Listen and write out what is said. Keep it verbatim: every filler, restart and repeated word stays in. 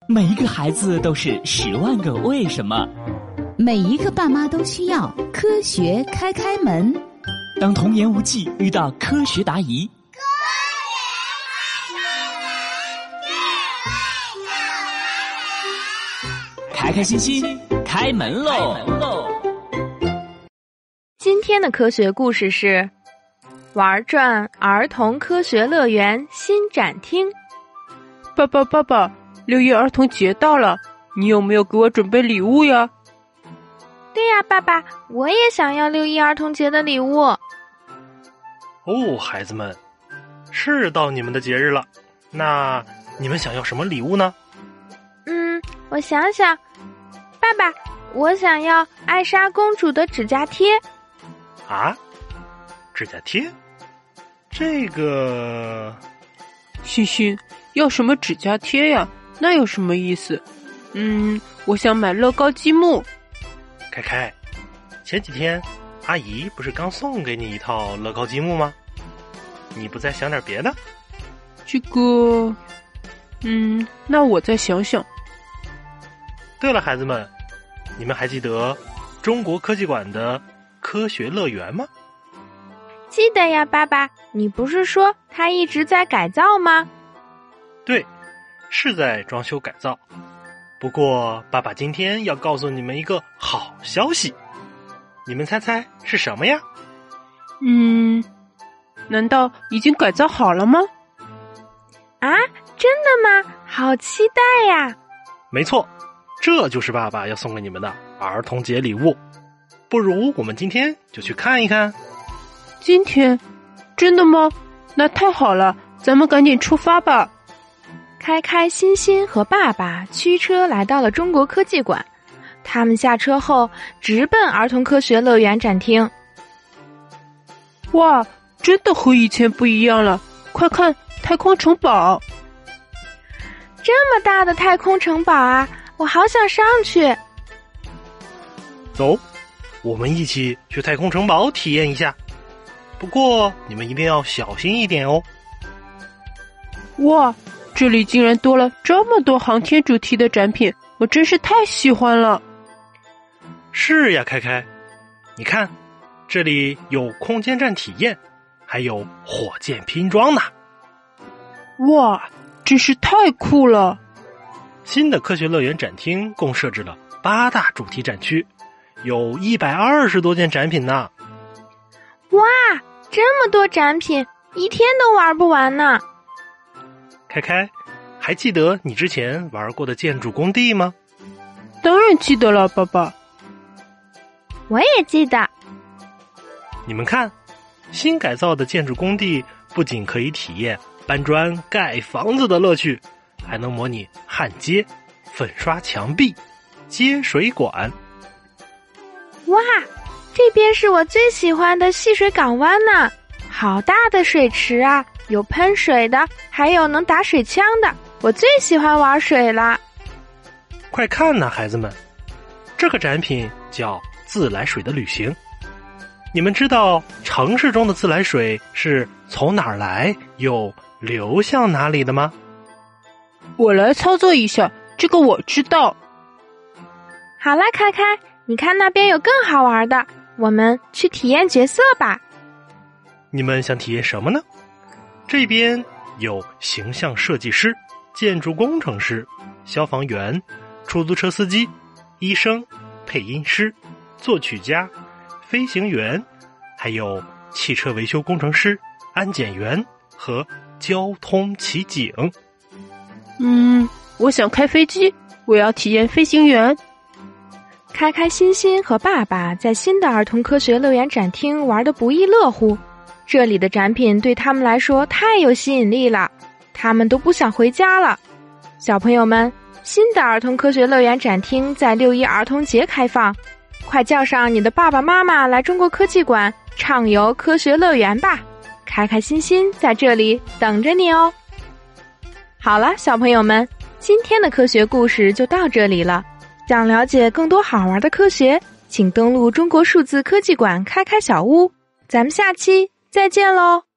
每一个孩子都是十万个为什么， 每一个爸妈都需要科学开开门。 当童言无忌遇到科学答疑， 科学开开门， 开开心心开门喽！ 今天的科学故事是玩转儿童科学乐园新展厅。 爸爸爸爸，六一儿童节到了，你有没有给我准备礼物呀？ 对呀，爸爸，我也想要六一儿童节的礼物。 哦，孩子们，是到你们的节日了，那你们想要什么礼物呢？ 嗯，我想想，爸爸，我想要艾莎公主的指甲贴。 啊，指甲贴？这个…… 欣欣，要什么指甲贴呀？那有什么意思？嗯，我想买乐高积木。 开开，前几天阿姨不是刚送给你一套乐高积木吗？你不再想点别的？ 这个……嗯，那我再想想。 对了，孩子们，你们还记得中国科技馆的科学乐园吗？ 记得呀，爸爸，你不是说它一直在改造吗？ 对，是在装修改造。不过爸爸今天要告诉你们一个好消息，你们猜猜是什么呀？ 嗯，难道已经改造好了吗？ 啊，真的吗？好期待呀！ 没错，这就是爸爸要送给你们的儿童节礼物。不如我们今天就去看一看。 今天？真的吗？那太好了，咱们赶紧出发吧。 开开心心和爸爸驱车来到了中国科技馆，他们下车后直奔儿童科学乐园展厅。 哇，真的和以前不一样了，快看太空城堡。 这么大的太空城堡啊，我好想上去。 走，我们一起去太空城堡体验一下。不过你们一定要小心一点哦。 哇，这里竟然多了这么多航天主题的展品，我真是太喜欢了。 是呀，开开，你看，这里有空间站体验，还有火箭拼装呢。 哇，真是太酷了！ 新的科学乐园展厅共设置了八大主题展区，有一百二十多件展品呢。 哇，这么多展品，一天都玩不完呢。 开开，还记得你之前玩过的建筑工地吗？ 当然记得了，爸爸。 我也记得。 你们看，新改造的建筑工地不仅可以体验搬砖盖房子的乐趣，还能模拟焊接、粉刷墙壁、接水管。 哇，这边是我最喜欢的戏水港湾呢，好大的水池啊，有喷水的，还有能打水枪的，我最喜欢玩水了。 快看呐，孩子们，这个展品叫自来水的旅行。你们知道城市中的自来水是从哪儿来又流向哪里的吗？ 我来操作一下，这个我知道。 好啦，开开，你看那边有更好玩的，我们去体验角色吧。 你们想体验什么呢？这边有形象设计师、建筑工程师、消防员、出租车司机、医生、配音师、作曲家、飞行员，还有汽车维修工程师、安检员和交通骑警。 嗯，我想开飞机，我要体验飞行员。 开开心心和爸爸在新的儿童科学乐园展厅玩得不亦乐乎，这里的展品对他们来说太有吸引力了，他们都不想回家了。小朋友们，新的儿童科学乐园展厅在六一儿童节开放，快叫上你的爸爸妈妈来中国科技馆畅游科学乐园吧，开开心心在这里等着你哦。好了，小朋友们，今天的科学故事就到这里了。想了解更多好玩的科学，请登录中国数字科技馆开开小屋。咱们下期再见喽！